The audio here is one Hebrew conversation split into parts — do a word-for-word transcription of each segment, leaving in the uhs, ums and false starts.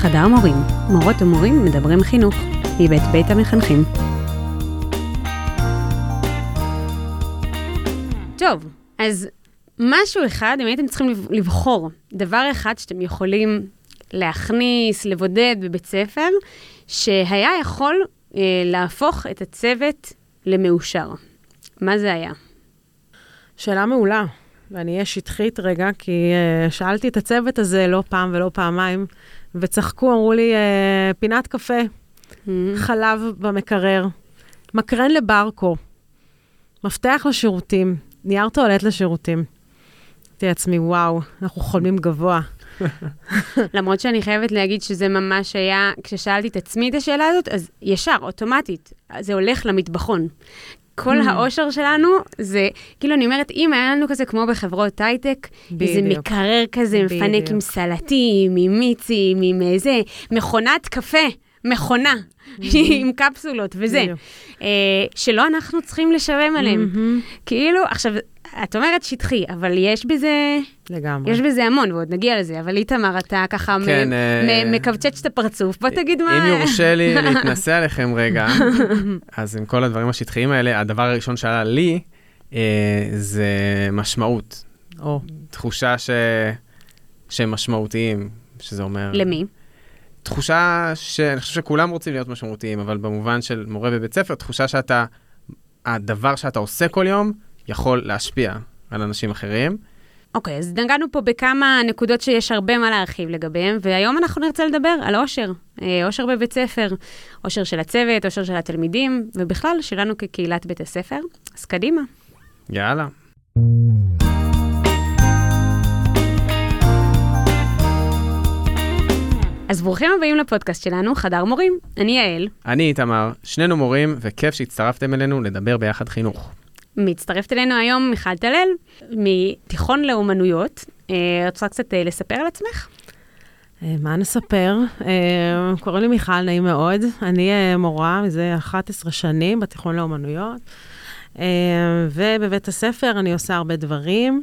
חדר מורים, מורות ומורים מדברים חינוך, מבית בית המחנכים. טוב, אז משהו אחד, אם הייתם צריכים לבחור דבר אחד שאתם יכולים להכניס, לבודד בבית ספר, שהיה יכול אה, להפוך את הצוות למאושר. מה זה היה? שאלה מעולה, ואני אהיה שטחית רגע, כי uh, שאלתי את הצוות הזה לא פעם ולא פעמיים, וצחקו, אמרו לי, uh, פינת קפה, mm-hmm. חלב במקרר, מקרן לברקו, מפתח לשירותים, נייר טואלט לשירותים. אמרתי לעצמי, וואו, אנחנו חולמים גבוה. למרות שאני חייבת להגיד שזה ממש היה, כששאלתי את עצמי את השאלה הזאת, אז ישר, אוטומטית, זה הולך למטבחון. כל mm. האושר שלנו זה, כאילו אני אומרת, אם היה לנו כזה כמו בחברות הייטק, איזה מקרר כזה, בדיוק. מפנק עם סלטים, עם מיצים, עם איזה, מכונת קפה, מכונה, mm-hmm. עם קפסולות וזה, אה, שלא אנחנו צריכים לשלם עליהם. Mm-hmm. כאילו, עכשיו, את אומרת שטחי, אבל יש בזה... לגמרי. יש בזה המון, ועוד נגיע לזה, אבל איתמר, אתה ככה כן, מ- אה... מ- מקבצ'ץ' את הפרצוף, בוא תגיד מה... אם יורשה לי להתנסה עליכם רגע, אז עם כל הדברים השטחיים האלה, הדבר הראשון שעלה לי, אה, זה משמעות. או. תחושה ש... שהם משמעותיים, שזה אומר... למי? תחושה ש... אני חושב שכולם רוצים להיות משמעותיים, אבל במובן של מורה בבית ספר, תחושה שאתה... הדבר שאתה עושה כל יום, יכול להשפיע על אנשים אחרים. אוקיי, אז נגענו פה בכמה נקודות שיש הרבה מה להרחיב לגביהם, והיום אנחנו נרצה לדבר על אושר. אושר בבית ספר, אושר של הצוות, אושר של התלמידים, ובכלל שלנו כקהילת בית הספר. אז קדימה. יאללה. אז ברוכים הבאים לפודקאסט שלנו, חדר מורים. אני יעל. אני איתמר, שנינו מורים, וכיף שהצטרפתם אלינו לדבר ביחד חינוך. מצטרפת אלינו היום מיכל טלל, מתיכון לאומנויות. רוצה קצת לספר על עצמך? מה נספר? קוראים לי מיכל, נעים מאוד. אני מורה מזה אחת עשרה שנים בתיכון לאומנויות, ובבית הספר אני עושה הרבה דברים.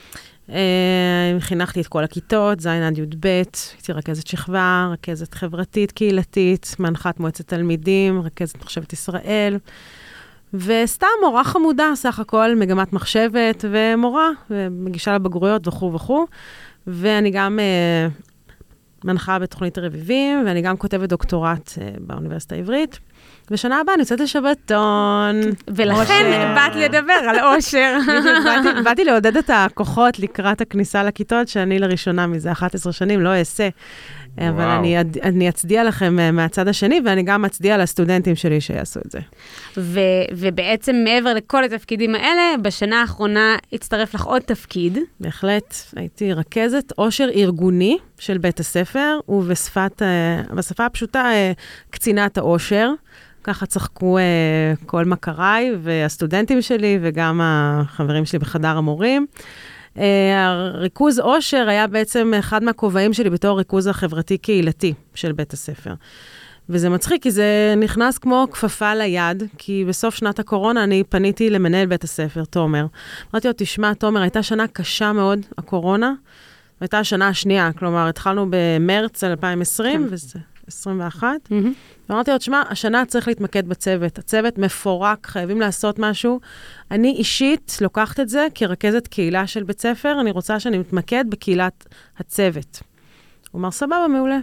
חינכתי את כל הכיתות, זין עד י' ב', הייתי רכזת שכבה, רכזת חברתית, קהילתית, מנחת מועצת תלמידים, רכזת מחשבת ישראל, וסתם מורה חמודה, סך הכל, מגמת מחשבת ומורה, ומגישה לבגרויות וכו' וכו'. ואני גם אה, מנחה בתוכנית רביבים, ואני גם כותבת דוקטורט אה, באוניברסיטה העברית. ושנה הבאה אני יוצאת לשבתון. ולכן באת לדבר על אושר. באתי, באתי לעודד את הכוחות לקראת הכניסה לכיתות, שאני לראשונה מזה אחת עשרה שנים לא אעשה. אבל אני, אני אצדיע לכם מהצד השני, ואני גם אצדיע לסטודנטים שלי שיעשו את זה. ו, ובעצם מעבר לכל התפקידים האלה, בשנה האחרונה הצטרף לך עוד תפקיד. בהחלט, הייתי רכזת אושר ארגוני של בית הספר, ובשפת, בשפה הפשוטה, קצינת האושר. ככה צחקו כל מכריי, והסטודנטים שלי, וגם החברים שלי בחדר המורים. הריכוז אושר היה בעצם אחד מהכובעים שלי בתור ריכוז החברתי-קהילתי של בית הספר. וזה מצחיק, כי זה נכנס כמו כפפה ליד, כי בסוף שנת הקורונה אני פניתי למנהל בית הספר, תומר. אמרתי לו, תשמע, תומר, הייתה שנה קשה מאוד, הקורונה, הייתה השנה השנייה, כלומר, התחלנו במרץ אלפיים עשרים, וזה עשרים ואחת, ואמרתי לו, תשמע, השנה צריך להתמקד בצוות, הצוות מפורק, חייבים לעשות משהו. אני אישית לוקחת את זה כרכזת קהילה של בית ספר, אני רוצה שאני מתמקד בקהילת הצוות. הוא אמר, סבבה, מעולה.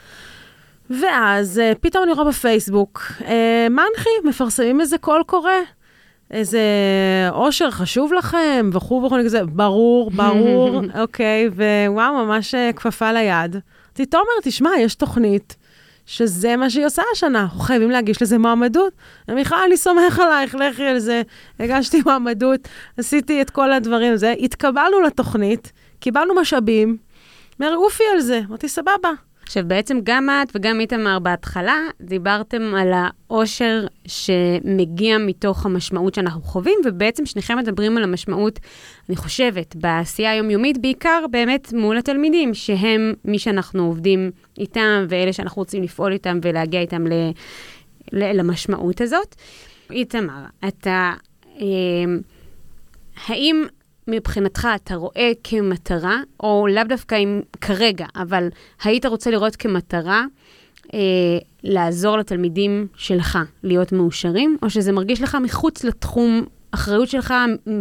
ואז פתאום אני רואה בפייסבוק, מנחי, מפרסמים איזה קול קורא, איזה אושר חשוב לכם, וכו' וכו' כזה, ברור, ברור, אוקיי, ווואו, ממש כפפה ליד. אמרתי, תומר, תשמע, יש תוכנית, שזה מה שהיא עושה השנה, אנחנו חייבים להגיש לזה מועמדות. מיכל, אני סומך עלייך, לכי על זה, הגשתי מועמדות, עשיתי את כל הדברים הזה, התקבלנו לתוכנית, קיבלנו משאבים, מרעופי על זה, אמרתי, סבבה. עכשיו, בעצם גם את וגם איתמר בהתחלה, דיברתם על האושר שמגיע מתוך המשמעות שאנחנו חווים, ובעצם שניכם מדברים על המשמעות, אני חושבת, בעשייה היומיומית, בעיקר באמת מול התלמידים, שהם מי שאנחנו עובדים איתם, ואלה שאנחנו רוצים לפעול איתם ולהגיע איתם ל, ל, למשמעות הזאת. איתמר, אתה, אה, האם מבחינתך אתה רואה כמטרה, או לאו דווקא עם כרגע, אבל היית רוצה לראות כמטרה, אה, לעזור לתלמידים שלך להיות מאושרים, או שזה מרגיש לך מחוץ לתחום אחריות שלך,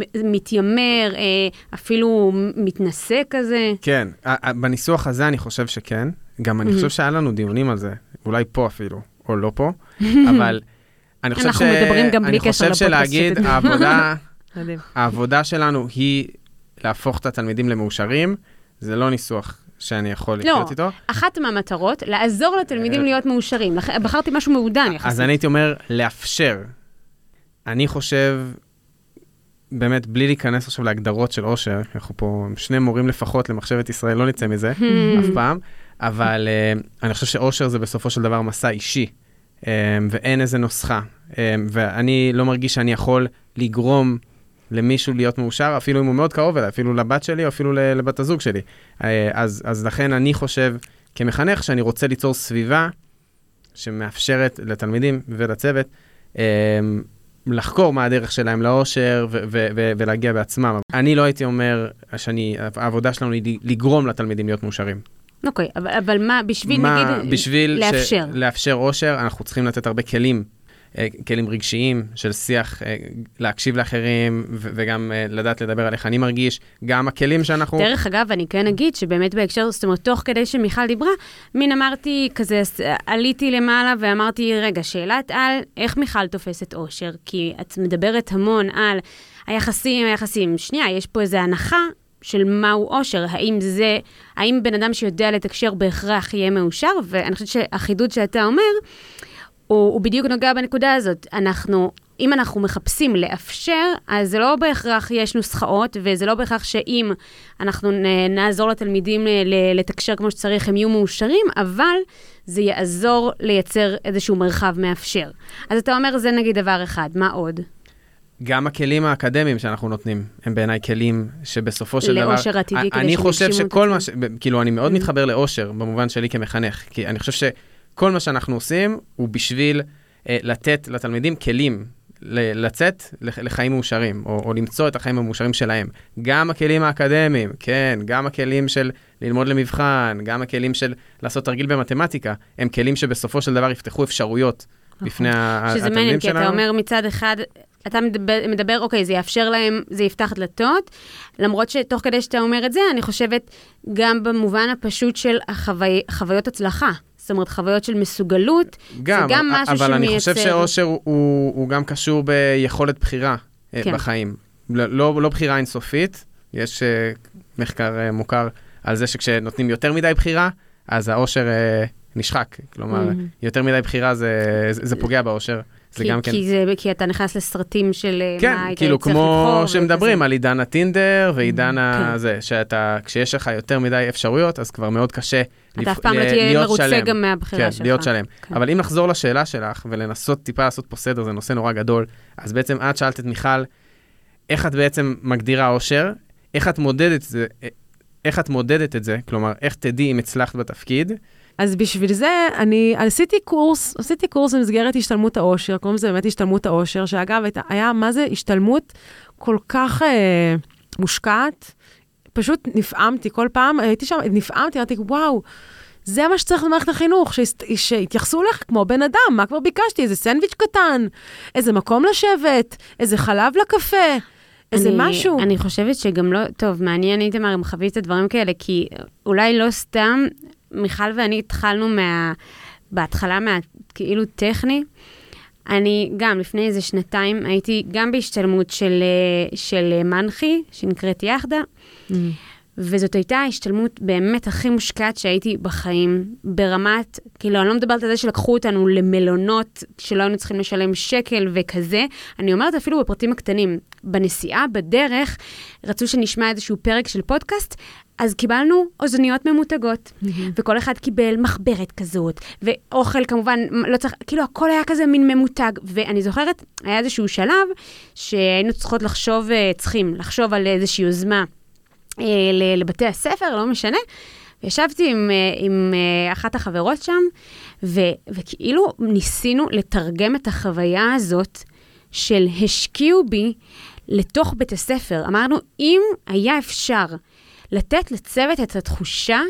מתיימר, אה, אפילו מתנסה כזה? כן, בניסוח הזה אני חושב שכן. גם אני חושב שהיה לנו דיונים על זה, אולי פה אפילו, או לא פה, אבל אני חושב ש... אנחנו מדברים גם בלי קשר לפודקאסט. אני חושב שלהגיד, העבודה, העבודה שלנו היא להפוך את התלמידים למאושרים, זה לא ניסוח שאני יכול לחיות איתו. לא, אחת מהמטרות, לעזור לתלמידים להיות מאושרים. בחרתי משהו מעודן יחסית. אז אני הייתי אומר, לאפשר. אני חושב, באמת, בלי להיכנס עכשיו להגדרות של אושר, אנחנו פה שני מורים לפחות למחשבת ישראל, לא נצא מזה אף פעם, אבל uh, אני חושב שאושר זה בסופו של דבר מסע אישי, um, ואין איזה נוסחה, um, ואני לא מרגיש שאני יכול לגרום למישהו להיות מאושר, אפילו אם הוא מאוד קרוב אליי, אפילו לבת שלי, או אפילו לבת הזוג שלי. Uh, אז, אז לכן אני חושב, כמחנך, שאני רוצה ליצור סביבה שמאפשרת לתלמידים ולצוות, um, לחקור מה הדרך שלהם לאושר ו- ו- ו- ולהגיע בעצמם. אני לא הייתי אומר שאני, העבודה שלנו היא לגרום לתלמידים להיות מאושרים. אוקיי, okay, אבל, אבל מה, בשביל מה, נגיד, בשביל לאפשר? ש- לאפשר אושר, אנחנו צריכים לתת הרבה כלים, כלים רגשיים של שיח, להקשיב לאחרים, ו- וגם לדעת לדבר על איך אני מרגיש, גם הכלים שאנחנו... דרך אגב, אני כן אגיד שבאמת בהקשר, זאת אומרת, תוך כדי שמיכל דיברה, מין אמרתי כזה, עליתי למעלה ואמרתי, רגע, שאלת על איך מיכל תופסת אושר, כי את מדברת המון על היחסים, היחסים. שנייה, יש פה איזו הנחה של מהו אושר, האם זה, האם בן אדם שיודע לתקשר בהכרח יהיה מאושר, ואני חושבת שהחידוד שאתה אומר, הוא, הוא בדיוק נוגע בנקודה הזאת. אנחנו, אם אנחנו מחפשים לאפשר, אז זה לא בהכרח יש נוסחאות, וזה לא בהכרח שאם אנחנו נעזור לתלמידים לתקשר כמו שצריך, הם יהיו מאושרים, אבל זה יעזור לייצר איזשהו מרחב מאפשר. אז אתה אומר, זה נגיד דבר אחד. מה עוד? גם הכלים האקדמיים שאנחנו נותנים, הם בעיניי כלים שבסופו של דבר... לאושר עתידי, כדי אני חושב שכל מה ש... עצמם. כאילו, אני מאוד מתחבר לאושר, במובן שלי כמחנך, כי אני חושב שכל מה שאנחנו עושים, הוא בשביל אה, לתת לתלמידים כלים, ל- לצאת לחיים מאושרים, או, או למצוא את החיים המאושרים שלהם. גם הכלים האקדמיים, כן, גם הכלים של ללמוד למבחן, גם הכלים של לעשות תרגיל במתמטיקה, הם כלים שבסופו של דבר יפתחו אפשרויות בפני התלמידים שלנו. שזה מעניין, כי אתה אומר מצד אחד... אתה מדבר, מדבר, אוקיי, זה יאפשר להם, זה יפתח דלתות, למרות שתוך כדי שאתה אומר את זה, אני חושבת גם במובן הפשוט של החווי, חוויות הצלחה. זאת אומרת, חוויות של מסוגלות, גם, זה גם משהו שמייצר... אבל אני חושב שאושר הוא, הוא, הוא גם קשור ביכולת בחירה כן. בחיים. לא, לא בחירה אינסופית, יש מחקר מוכר על זה שכשנותנים יותר מדי בחירה, אז האושר נשחק. כלומר, mm-hmm. יותר מדי בחירה זה, זה, זה פוגע באושר. כי, כי, כן... זה, כי אתה נכנס לסרטים של כן, מה היית כאילו, צריך לבחור. כן, כאילו, כמו שמדברים וכזה. על עידן הטינדר ועידן כן. הזה, שאתה, כשיש לך יותר מדי אפשרויות, אז כבר מאוד קשה אתה לפ... אף פעם לא תהיה מרוצה גם מהבחירה כן, שלך. להיות שלם. כן. אבל אם נחזור לשאלה שלך, ולנסות טיפה לעשות פה סדר, זה נושא נורא גדול, אז בעצם את שאלת את מיכל, איך את בעצם מגדירה אושר, איך את מודדת את זה, איך את מודדת את זה, כלומר, איך תדעי אם הצלחת בתפקיד, אז בשביל זה, אני עשיתי קורס, עשיתי קורס במסגרת השתלמות האושר, קוראים לזה באמת השתלמות האושר, שאגב, היה, מה זה השתלמות כל כך אה, מושקעת, פשוט נפעמתי כל פעם, הייתי שם, נפעמתי, אמרתי, וואו, זה מה שצריך במערכת החינוך, שהתייחסו לך כמו בן אדם, מה כבר ביקשתי? איזה סנדוויץ' קטן, איזה מקום לשבת, איזה חלב לקפה, איזה אני, משהו. אני חושבת שגם לא, טוב, מעניין, הייתם הרי מחווית את הדברים כאלה, כי אולי לא סתם, מיכל ואני התחלנו מה, בהתחלה מה, כאילו טכני. אני גם לפני איזה שנתיים הייתי גם בהשתלמות של, של מנחי, שנקראת יחדה, mm. וזאת הייתה ההשתלמות באמת הכי מושקעת שהייתי בחיים, ברמת, כאילו אני לא מדברת על זה שלקחו אותנו למלונות, שלא היינו צריכים לשלם שקל וכזה, אני אומרת אפילו בפרטים הקטנים, בנסיעה, בדרך, רצו שנשמע איזשהו פרק של פודקאסט, אז קיבלנו אוזניות ממותגות, mm-hmm. וכל אחד קיבל מחברת כזאת, ואוכל כמובן, לא צריך, כאילו הכל היה כזה מין ממותג, ואני זוכרת, היה איזשהו שלב, שהיינו צריכות לחשוב, צריכים לחשוב על איזושהי יוזמה, לבתי הספר, לא משנה, וישבתי עם, עם אחת החברות שם, ו, וכאילו ניסינו לתרגם את החוויה הזאת, של השקיעו בי, לתוך בית הספר. אמרנו, אם היה אפשר לתת לצוות את התחושה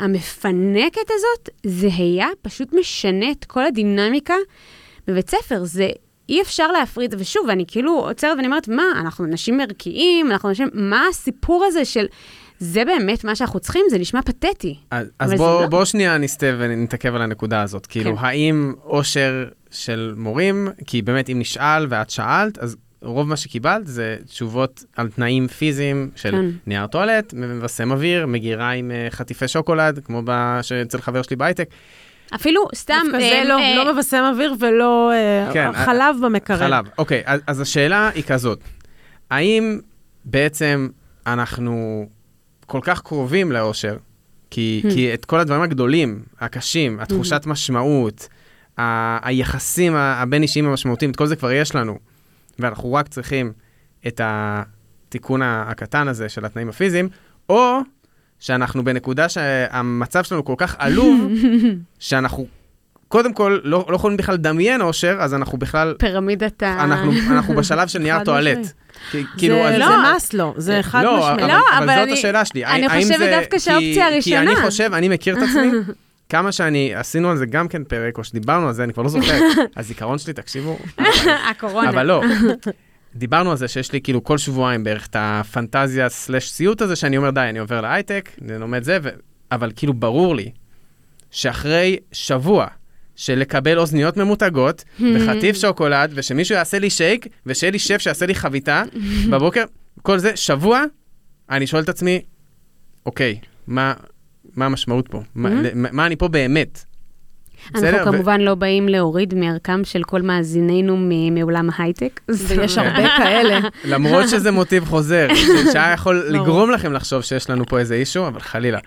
המפנקת הזאת, זה היה פשוט משנה את כל הדינמיקה בבית ספר. זה אי אפשר להפריד, ושוב, אני כאילו עוצרת ואני אומרת, מה, אנחנו אנשים ערכיים, אנחנו אנשים, מה הסיפור הזה של, זה באמת מה שאנחנו צריכים, זה נשמע פתטי. אז, אז בוא, לא... בוא שנייה נסתה ונתעכב על הנקודה הזאת. כאילו, כן. האם עושר של מורים, כי באמת אם נשאל ואת שאלת, אז רוב מה שקיבלת זה תשובות על תנאים פיזיים של כן. נייר טואלט, מבשם אוויר, מגירה עם חטיפי שוקולד, כמו אצל חבר שלי בהייטק. אפילו סתם... זה לא, לא מבשם אוויר ולא כן, חלב במקרר. חלב, אוקיי. אז, אז השאלה היא כזאת, האם בעצם אנחנו כל כך קרובים לאושר, כי, כי את כל הדברים הגדולים, הקשים, התחושת משמעות, ה- היחסים הבין-אישיים המשמעותיים, את כל זה כבר יש לנו, ואנחנו רק צריכים את התיקון הקטן הזה של התנאים הפיזיים, או שאנחנו בנקודה שהמצב שלנו כל כך עלוב, שאנחנו קודם כל לא, לא יכולים בכלל לדמיין אושר, אז אנחנו בכלל... פירמידת ה... אנחנו, אנחנו בשלב של נייר טואלט. זה מסלו, זה חד משמעי. לא, אבל זאת השאלה שלי. אני חושבת דווקא שהאופציה הראשונה. כי אני חושב, אני מכיר את עצמי, כמה שאני, עשינו על זה גם כן פרק, או שדיברנו על זה, אני כבר לא זוכר. הזיכרון שלי, תקשיבו. הקורונה. אבל לא. דיברנו על זה שיש לי כאילו כל שבועיים בערך את הפנטזיה סלש סיוט הזה, שאני אומר, די, אני עובר להייטק, אני לומד זה, אבל כאילו ברור לי שאחרי שבוע של לקבל אוזניות ממותגות, וחטיף שוקולד, ושמישהו יעשה לי שייק, ושיהיה לי שף שיעשה לי חביתה, בבוקר, כל זה, שבוע, אני שואל את עצמי, אוקיי, מה, מה המשמעות פה? מה, מה אני פה באמת? אנחנו כמובן לא באים להוריד מערכם של כל מאזיננו מעולם ההייטק. ויש הרבה כאלה. למרות שזה מוטיב חוזר, שהיה יכול לגרום לכם לחשוב שיש לנו פה איזה אישו, אבל חלילה.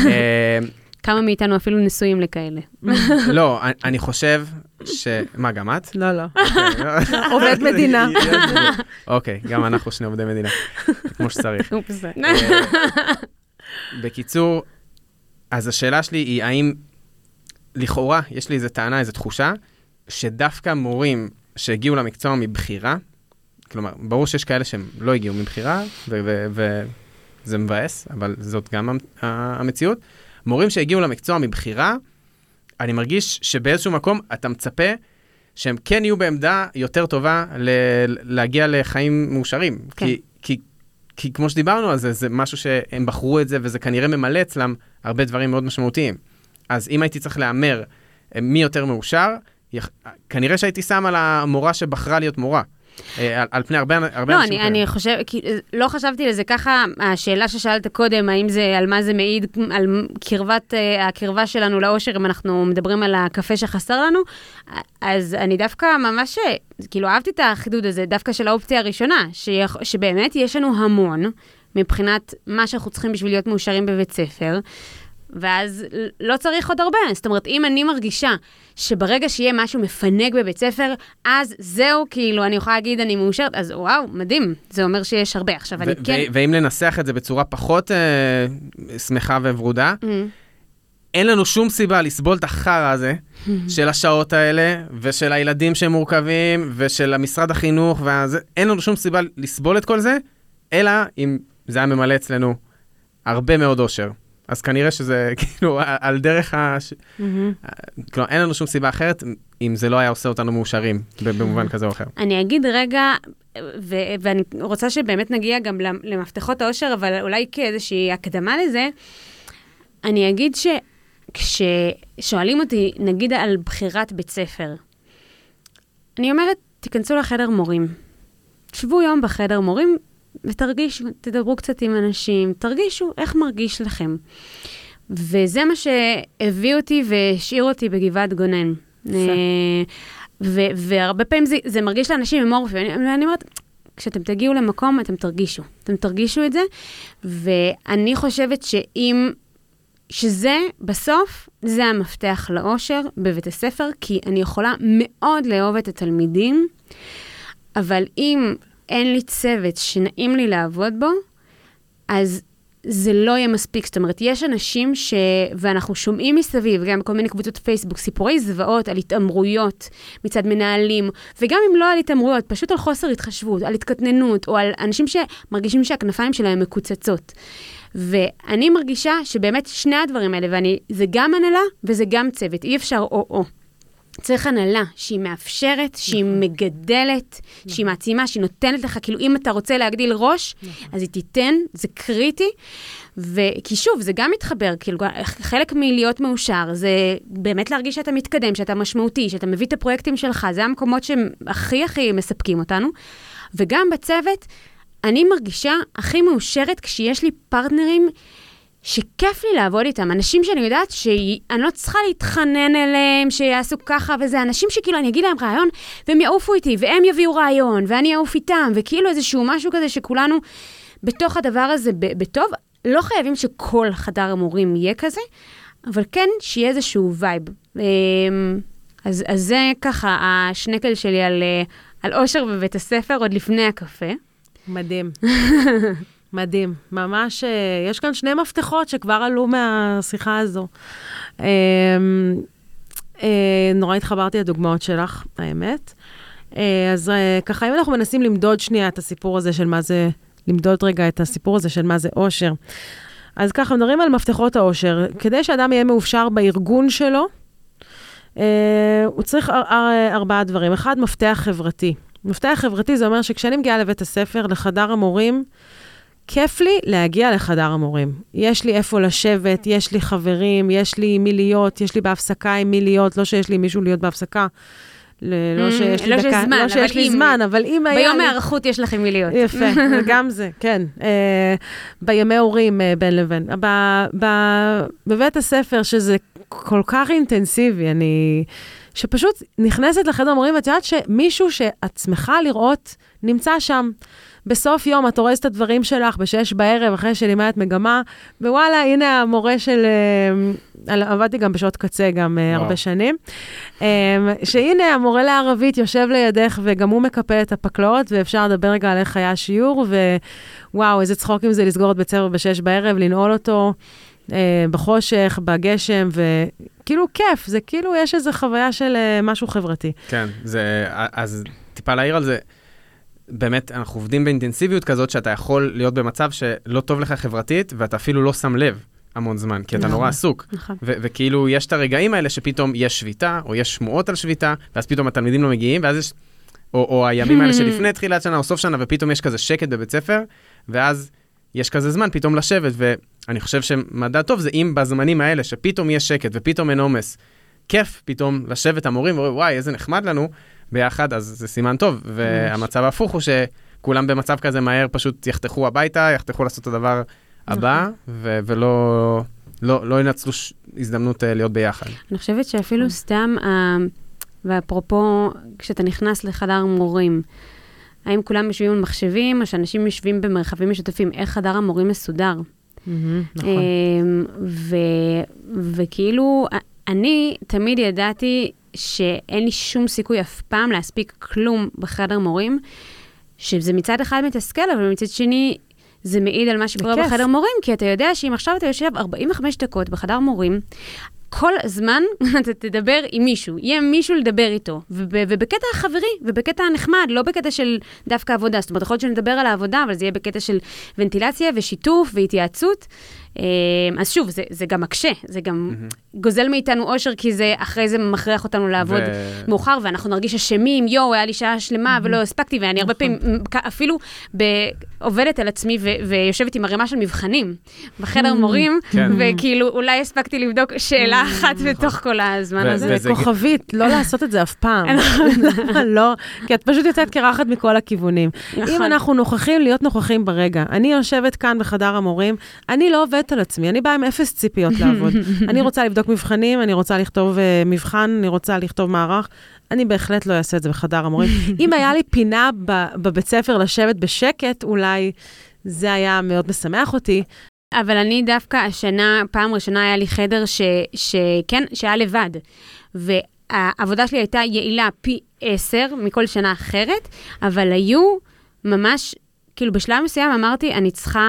כמה מאיתנו אפילו נשואים לכאלה. לא, אני חושב ש... מה, גם את? לא, לא. עובד מדינה. אוקיי, גם אנחנו שני עובדי מדינה, כמו שצריך. בקיצור, אז השאלה שלי היא, האם לכאורה, יש לי איזו טענה, איזו תחושה, שדווקא מורים שהגיעו למקצוע מבחירה, כלומר, ברור שיש כאלה שהם לא הגיעו מבחירה, וזה מבאס, אבל זאת גם המציאות, מורים שהגיעו למקצוע מבחירה, אני מרגיש שבאיזשהו מקום אתה מצפה שהם כן יהיו בעמדה יותר טובה ל- להגיע לחיים מאושרים. כן. כי, כי, כי כמו שדיברנו על זה, זה משהו שהם בחרו את זה, וזה כנראה ממלא אצלם הרבה דברים מאוד משמעותיים. אז אם הייתי צריך לאמר מי יותר מאושר, כנראה שהייתי שם על המורה שבחרה להיות מורה. על, על פני הרבה, הרבה לא, אנשים אני, אני חושב, לא חשבתי לזה ככה, השאלה ששאלת קודם, האם זה, על מה זה מעיד, על קרבת, הקרבה שלנו לאושר, אם אנחנו מדברים על הקפה שחסר לנו, אז אני דווקא ממש, כאילו אהבתי את החידוד הזה, דווקא של האופציה הראשונה, שיח, שבאמת יש לנו המון, מבחינת מה שאנחנו צריכים בשביל להיות מאושרים בבית ספר, ואז לא צריך עוד הרבה. זאת אומרת, אם אני מרגישה שברגע שיהיה משהו מפנק בבית ספר, אז זהו, כאילו, אני יכולה להגיד, אני מאושרת, אז וואו, מדהים. זה אומר שיש הרבה. עכשיו, אני כן... ואם לנסח את זה בצורה פחות שמחה וברודה, אין לנו שום סיבה לסבול את החרא הזה, של השעות האלה, ושל הילדים שהם מורכבים, ושל המשרד החינוך, אין לנו שום סיבה לסבול את כל זה, אלא אם זה היה ממלא אצלנו הרבה מאוד אושר. אז כנראה שזה, כאילו, על דרך ה... כלומר, אין לנו שום סיבה אחרת, אם זה לא היה עושה אותנו מאושרים, במובן כזה או אחר. אני אגיד רגע, ואני רוצה שבאמת נגיע גם למפתחות האושר, אבל אולי כאיזושהי הקדמה לזה, אני אגיד שכששואלים אותי, נגיד על בחירת בית ספר, אני אומרת, תיכנסו לחדר מורים. תשבו יום בחדר מורים, ותרגישו, תדברו קצת עם אנשים, תרגישו איך מרגיש לכם. וזה מה שהביא אותי והשאיר אותי בגבעת גונן. ו- והרבה פעמים זה, זה מרגיש לאנשים אמורפי, ואני, ואני אומרת, כשאתם תגיעו למקום, אתם תרגישו. אתם תרגישו את זה, ואני חושבת שאם, שזה בסוף, זה המפתח לאושר בבית הספר, כי אני יכולה מאוד לאהוב את התלמידים, אבל אם אין לי צוות שנעים לי לעבוד בו, אז זה לא יהיה מספיק. זאת אומרת, יש אנשים ש... ואנחנו שומעים מסביב, גם בכל מיני קבוצות פייסבוק, סיפורי זוועות על התאמרויות מצד מנהלים, וגם אם לא על התאמרויות, פשוט על חוסר התחשבות, על התקטננות, או על אנשים שמרגישים שהכנפיים שלהם מקוצצות. ואני מרגישה שבאמת שני הדברים האלה, ואני, זה גם הנהלה וזה גם צוות, אי אפשר או-או. צריך הנהלה שהיא מאפשרת, שהיא מגדלת, שהיא מעצימה, שהיא נותנת לך, כאילו אם אתה רוצה להגדיל ראש, אז היא תיתן, זה קריטי, וכי שוב, זה גם מתחבר, כאילו חלק מלהיות מאושר, זה באמת להרגיש שאתה מתקדם, שאתה משמעותי, שאתה מביא את הפרויקטים שלך, זה המקומות שהכי הכי מספקים אותנו, וגם בצוות, אני מרגישה הכי מאושרת כשיש לי פרטנרים שכיף לי לעבוד איתם, אנשים שאני יודעת שאני לא צריכה להתחנן אליהם, שיעשו ככה וזה, אנשים שכאילו אני אגיד להם רעיון, והם יעופו איתי, והם יביאו רעיון, ואני אעוף איתם, וכאילו איזשהו משהו כזה שכולנו בתוך הדבר הזה בטוב, לא חייבים שכל חדר המורים יהיה כזה, אבל כן שיהיה איזשהו וייב. אז, אז זה ככה השנקל שלי על, על אושר בבית הספר, עוד לפני הקפה. מדהים. מדהים. ממש, יש כאן שני מפתחות שכבר עלו מהשיחה הזו. נורא התחברתי לדוגמאות שלך, האמת. אז ככה, אם אנחנו מנסים למדוד שנייה את הסיפור הזה של מה זה, למדוד רגע את הסיפור הזה של מה זה אושר. אז ככה, מדברים על מפתחות האושר. כדי שאדם יהיה מאושר בארגון שלו, הוא צריך ארבעה דברים. אחד, מפתח חברתי. מפתח חברתי זה אומר שכשאני מגיעה לבית הספר, לחדר המורים, כיף לי להגיע לחדר המורים. יש לי איפה לשבת, יש לי חברים, יש לי מי להיות, יש לי בהפסקה עם מי להיות, לא שיש לי מישהו להיות בהפסקה, לא שיש לי דקה, לא שיש לי זמן, אבל אם היה... ביום הערכות יש לכם מי להיות. יפה, גם זה, כן. בימי הורים בין לבין. בבית הספר, שזה כל כך אינטנסיבי, אני... שפשוט נכנסת לחדר המורים, ואת יודעת שמישהו שאת שמחה לראות נמצא שם. בסוף יום את הורסת את הדברים שלך, בשש בערב, אחרי שלימדת מגמה, ווואלה, הנה המורה של... עבדתי גם בשעות קצה, גם וואו. הרבה שנים. שהנה המורה לערבית יושב לידך, וגם הוא מקפל את הפקלאות, ואפשר לדבר רגע על איך היה השיעור, ווואו, איזה צחוק עם זה לסגור את בית ספר בשש בערב, לנעול אותו בחושך, בגשם, וכאילו כיף, זה כאילו יש איזו חוויה של משהו חברתי. כן, זה, אז טיפה להעיר על זה, באמת, אנחנו עובדים באינטנסיביות כזאת, שאתה יכול להיות במצב שלא טוב לך חברתית, ואתה אפילו לא שם לב המון זמן, כי אתה נורא עסוק. וכאילו, יש את הרגעים האלה שפתאום יש שביתה, או יש שמועות על שביתה, ואז פתאום התלמידים לא מגיעים, ואז יש, או הימים האלה שלפני תחילת שנה, או סוף שנה, ופתאום יש כזה שקט בבית ספר, ואז יש כזה זמן פתאום לשבת, ואני חושב שמדע טוב זה אם בזמנים האלה, שפתאום יש שקט, ופתאום אין עומס, כיף פתאום לשבת המורים, ואומרים, וואי, איזה נחמד לנו, ביחד, אז זה סימן טוב, והמצב ההפוך הוא שכולם במצב כזה מהר פשוט יחתכו הביתה, יחתכו לעשות את הדבר הבא, ולא לא ינצלו הזדמנות להיות ביחד. אני חושבת שאפילו סתם, ואפרופו, כשאתה נכנס לחדר מורים, האם כולם יושבים על מחשבים, או שאנשים יושבים במרחבים משותפים, איך חדר המורים מסודר? נכון. וכאילו, אני תמיד ידעתי שאין לי שום סיכוי אף פעם להספיק כלום בחדר מורים, שזה מצד אחד מתסכל, אבל מצד שני זה מעיד על מה שקורה בחדר מורים, כי אתה יודע שאם עכשיו אתה יושב ארבעים וחמש דקות בחדר מורים, כל הזמן אתה תדבר עם מישהו, יהיה מישהו לדבר איתו, ובקטע חברי, ובקטע נחמד, לא בקטע של דווקא עבודה, זאת אומרת, יכול להיות שנדבר על העבודה, אבל זה יהיה בקטע של ונטילציה ושיתוף והתייעצות, אז שוב, זה, זה גם מקשה, זה גם mm-hmm. גוזל מאיתנו אושר, כי זה אחרי זה מכריח אותנו לעבוד ו... מאוחר, ואנחנו נרגיש אשמים, יו, היה לי שעה שלמה mm-hmm. ולא הספקתי, ואני הרבה פעמים אפילו ב... עובדת על עצמי ו... ויושבת עם הרמה של מבחנים בחדר mm-hmm. מורים, כן. וכאילו אולי הספקתי לבדוק שאלה אחת mm-hmm. בתוך כל הזמן ו- הזה. וזה כוכבית, לא לעשות את זה אף פעם. לא, כי את פשוט יוצאת קרחת מכל הכיוונים. אם אנחנו נוכחים להיות נוכחים ברגע, אני יושבת כאן בחדר המורים, אני לא עובדת על עצמי, אני באה עם אפס ציפיות לעבוד. אני רוצה לבדוק מבחנים, אני רוצה לכתוב uh, מבחן, אני רוצה לכתוב מערך, אני בהחלט לא אעשה את זה בחדר המורים. אם היה לי פינה בבית ספר לשבת בשקט, אולי זה היה מאוד משמח אותי. אבל אני דווקא השנה, פעם ראשונה היה לי חדר ש, שכן, שהיה לבד. והעבודה שלי הייתה יעילה פי עשר מכל שנה אחרת, אבל היו ממש, כאילו בשלב מסוים אמרתי, אני צריכה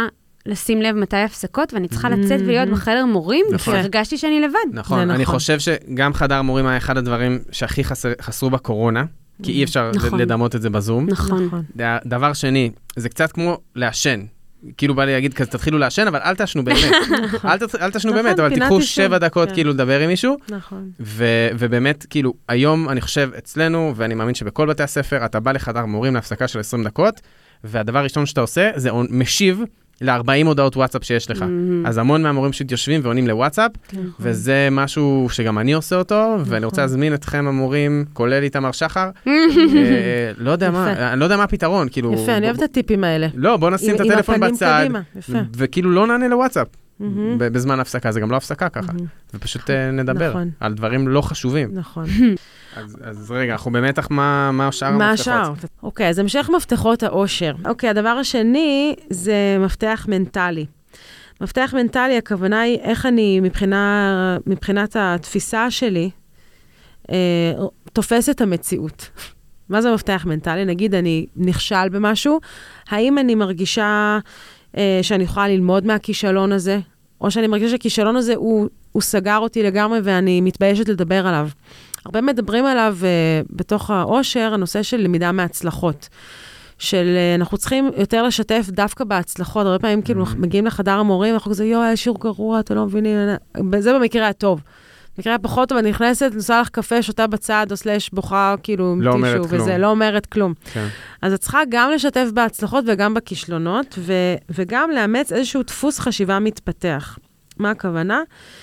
לשים לב מתי הפסקות, ואני צריכה לצאת ולהיות בחדר מורים, והרגשתי שאני לבד. נכון, אני חושב שגם חדר מורים היה אחד הדברים שהכי חסרו בקורונה, כי אי אפשר לדמות את זה בזום. נכון. דבר שני, זה קצת כמו לעשן. כאילו בא לי להגיד, כזה תתחילו לעשן, אבל אל תשנו באמת. אל תשנו באמת, אבל תיקחו שבע דקות כאילו לדבר עם מישהו. נכון. ובאמת, כאילו, היום אני חושב אצלנו, ואני מאמין שבכל בתי הספר, אתה בא לחדר מורים להפסקה של עשרים דקות, והדבר הראשון שאתה עושה, זה משיב ל-ארבעים הודעות וואטסאפ שיש לך. אז המון מהמורים פשוט יושבים ועונים לוואטסאפ, וזה משהו שגם אני עושה אותו, ואני רוצה להזמין אתכם המורים, כולל איתמר שחר. לא יודע מה, אני לא יודע מה הפתרון, כאילו... יפה, אני אוהבת את הטיפים האלה. לא, בוא נשים את הטלפון בצד, וכאילו לא נענה לוואטסאפ. בזמן הפסקה, זה גם לא הפסקה ככה. ופשוט נדבר על דברים לא חשובים. נכון. אז רגע, אנחנו באמת, מה השאר המפתחות? מה השאר? אוקיי, אז המשך מפתחות האושר. אוקיי, הדבר השני זה מפתח מנטלי. מפתח מנטלי, הכוונה היא איך אני, מבחינה, מבחינת התפיסה שלי, אה, תופס את המציאות. מה זה מפתח מנטלי? נגיד, אני נכשל במשהו, האם אני מרגישה אה, שאני יכולה ללמוד מהכישלון הזה, או שאני מרגישה שהכישלון הזה הוא, הוא סגר אותי לגמרי ואני מתביישת לדבר עליו. הרבה מדברים עליו uh, בתוך האושר, הנושא של למידה מהצלחות. של uh, אנחנו צריכים יותר לשתף דווקא בהצלחות. הרבה פעמים כאילו מגיעים לחדר המורים, אנחנו כזה, יואי, היה שיעור גרוע, אתה לא מבינים. זה במקרה הטוב. במקרה הפחות טוב, אני נכנסת, נוסעה לך קפה, שותה בצד, או סלש בוכה, כאילו, לא טישו, אומרת וזה כלום. לא אומרת כלום. כן. אז את צריכה גם לשתף בהצלחות וגם בכישלונות, ו- וגם לאמץ איזשהו דפוס חשיבה מתפתח. מה הכוונה?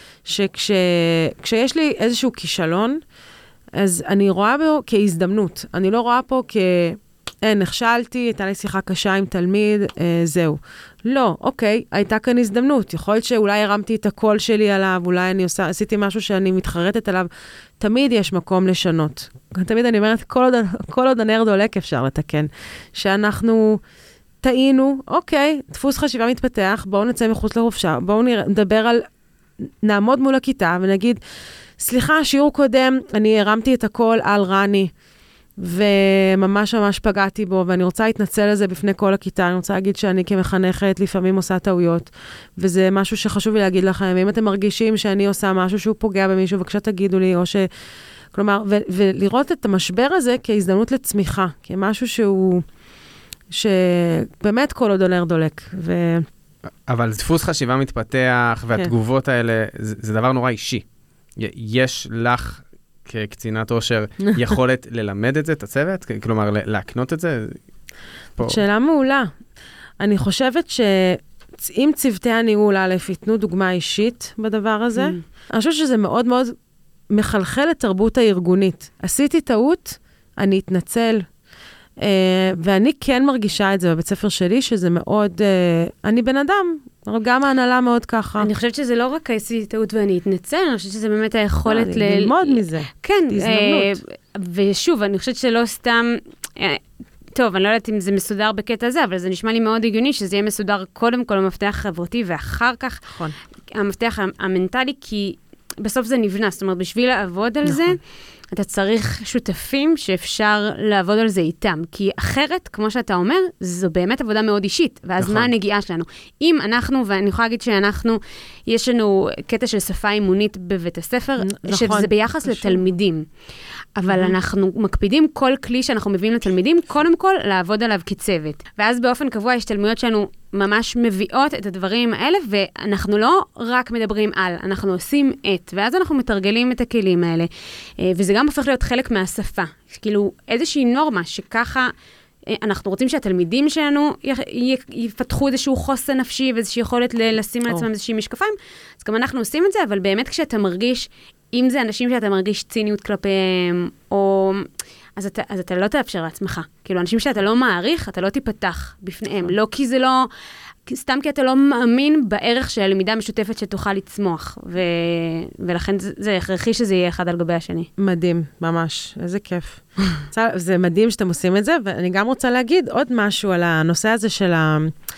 שכשיש לי איזשהו כישלון, אז אני רואה בו כהזדמנות. אני לא רואה פה כ... אין, נכשלתי, הייתה לי שיחה קשה עם תלמיד, אה, זהו. לא, אוקיי, הייתה כאן הזדמנות. יכול להיות שאולי הרמתי את הקול שלי עליו, אולי אני עושה, עשיתי משהו שאני מתחרטת עליו. תמיד יש מקום לשנות. תמיד אני אומרת, כל עוד, כל עוד הנר דולק אפשר לתקן. שאנחנו טעינו, אוקיי, דפוס חשיבה מתפתח, בואו נצא מחוץ לחופשה, בואו נדבר על, נעמוד מול הכיתה ונגיד, סליחה, שיעור קודם, אני הרמתי את הכל על רני, וממש ממש פגעתי בו, ואני רוצה להתנצל על זה בפני כל הכיתה, אני רוצה להגיד שאני כמחנכת לפעמים עושה טעויות, וזה משהו שחשוב לי להגיד לכם, אם אתם מרגישים שאני עושה משהו שהוא פוגע במישהו, בבקשה תגידו לי, או ש... כלומר, ו- ולראות את המשבר הזה כהזדמנות לצמיחה, כמשהו שהוא, שבאמת כל עוד דולר דולק, ו... אבל דפוס חשיבה מתפתח, והתגובות האלה, זה, זה דבר נורא אישי. יש לך, כקצינת אושר, יכולת ללמד את זה, את הצוות? כלומר, להקנות את זה? פה. שאלה מעולה. אני חושבת שאם צוותי הניהול א' ייתנו דוגמה אישית בדבר הזה, אני חושבת שזה מאוד מאוד מחלחל לתרבות הארגונית. עשיתי טעות, אני אתנצל, Uh, ואני כן מרגישה את זה בבית ספר שלי, שזה מאוד, uh, אני בן אדם, גם ההנהלה מאוד ככה. אני חושבת שזה לא רק עשיתי טעות ואני אתנצל, אני חושבת שזה באמת היכולת ל... ללמוד מזה. כן. הזדמנות. Uh, ושוב, אני חושבת שלא סתם, uh, טוב, אני לא יודעת אם זה מסודר בקטע הזה, אבל זה נשמע לי מאוד הגיוני, שזה יהיה מסודר קודם כל המפתח החברתי, ואחר כך נכון. המפתח המנטלי, כי בסוף זה נבנה, זאת אומרת, בשביל לעבוד על נכון. זה, אתה צריך שותפים שאפשר לעבוד על זה איתם, כי אחרת, כמו שאתה אומר, זו באמת עבודה מאוד אישית, ואז נכון. מה הנגיעה שלנו? אם אנחנו, ואני יכולה להגיד שאנחנו, יש לנו קטע של שפה אימונית בבית הספר, נכון. שזה ביחס חשוב. לתלמידים, אבל mm-hmm. אנחנו מקפידים כל כלי שאנחנו מביאים לתלמידים, קודם כל לעבוד עליו כצוות, ואז באופן קבוע השתלמויות שלנו ממש מביאות את הדברים האלה, ואנחנו לא רק מדברים על, אנחנו עושים את, ואז אנחנו מתרגלים את הכלים האלה, וזה גם הופך להיות חלק מהשפה, כאילו איזושהי נורמה שככה, אנחנו רוצים שהתלמידים שלנו יפתחו איזשהו חוסן נפשי, ואיזושהי יכולת לשים לעצמם איזושהי משקפיים, אז גם אנחנו עושים את זה, אבל באמת כשאתה מרגיש, אם זה אנשים שאתה מרגיש ציניות כלפיהם, או... אז אתה, אז אתה לא תאפשר לעצמך. כאילו, אנשים שאתה לא מעריך, אתה לא תיפתח בפניהם. לא כי זה לא... סתם כי אתה לא מאמין בערך של הלמידה המשותפת שתוכל לצמוח. ו... ולכן זה, זה הכרחי שזה יהיה אחד על גבי השני. מדהים, ממש. איזה כיף. זה מדהים שאתם עושים את זה, ואני גם רוצה להגיד עוד משהו על הנושא הזה של ה...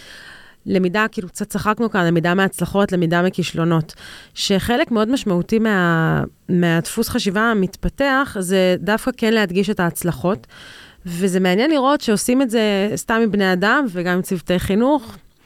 למידה, כאילו קצת צחקנו כאן, למידה מהצלחות, למידה מכישלונות, שחלק מאוד משמעותי מה, מהדפוס חשיבה המתפתח, זה דווקא כן להדגיש את ההצלחות, וזה מעניין לראות שעושים את זה סתם עם בני אדם, וגם עם צוותי חינוך,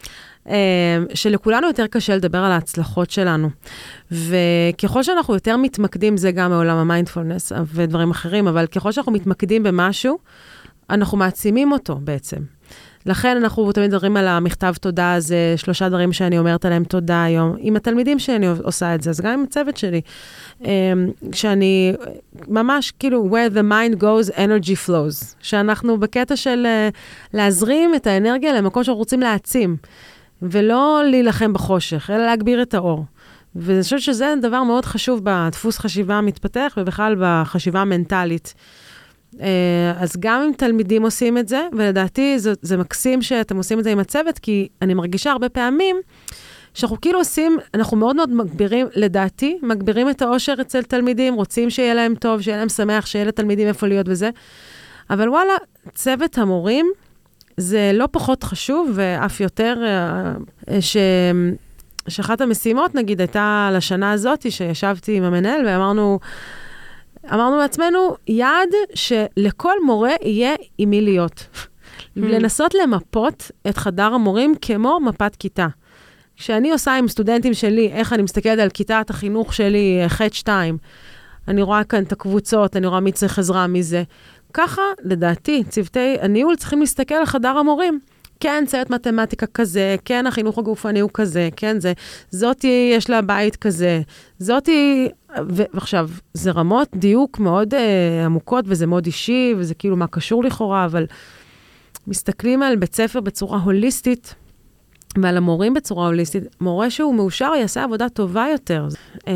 שלכולנו יותר קשה לדבר על ההצלחות שלנו. וככל שאנחנו יותר מתמקדים, זה גם מעולם המיינדפולנס ודברים אחרים, אבל ככל שאנחנו מתמקדים במשהו, אנחנו מעצימים אותו בעצם. לכן אנחנו תמיד מדברים על המכתב תודה הזה, שלושה דברים שאני אומרת עליהם תודה היום. עם התלמידים שאני עושה את זה, אז גם עם הצוות שלי. כשאני ממש כאילו, where the mind goes, energy flows. שאנחנו בקטע של להזרים את האנרגיה למקום שאנחנו רוצים להעצים. ולא להילחם בחושך, אלא להגביר את האור. ואני חושבת שזה דבר מאוד חשוב בדפוס חשיבה המתפתח, ובכלל בחשיבה המנטלית. אז גם אם תלמידים עושים את זה, ולדעתי זה, זה מקסים שאתם עושים את זה עם הצוות, כי אני מרגישה הרבה פעמים שאנחנו כאילו עושים, אנחנו מאוד מאוד מגבירים, לדעתי, מגבירים את האושר אצל תלמידים, רוצים שיהיה להם טוב, שיהיה להם שמח, שיהיה לתלמידים איפה להיות וזה. אבל וואלה, צוות המורים, זה לא פחות חשוב, ואף יותר, ש... שאחת המשימות, נגיד, הייתה לשנה הזאת, שישבתי עם המנהל, ואמרנו, אמרנו לעצמנו, יעד שלכל מורה יהיה עם מי להיות. לנסות למפות את חדר המורים כמו מפת כיתה. כשאני עושה עם סטודנטים שלי, איך אני מסתכלת על כיתת החינוך שלי, ח' שתיים, אני רואה כאן את הקבוצות, אני רואה מי צריך עזרה מזה. ככה, לדעתי, צוותי הניהול צריכים להסתכל על חדר המורים. כן, צוות מתמטיקה כזה, כן, החינוך הגופני הוא כזה, כן, זה, זאתי יש לה בית כזה, זאתי, ועכשיו, זה רמות דיוק מאוד אה, עמוקות, וזה מאוד אישי, וזה כאילו מה קשור לכאורה, אבל מסתכלים על בית ספר בצורה הוליסטית, ועל המורים בצורה הוליסטית, מורה שהוא מאושר יעשה עבודה טובה יותר. אה,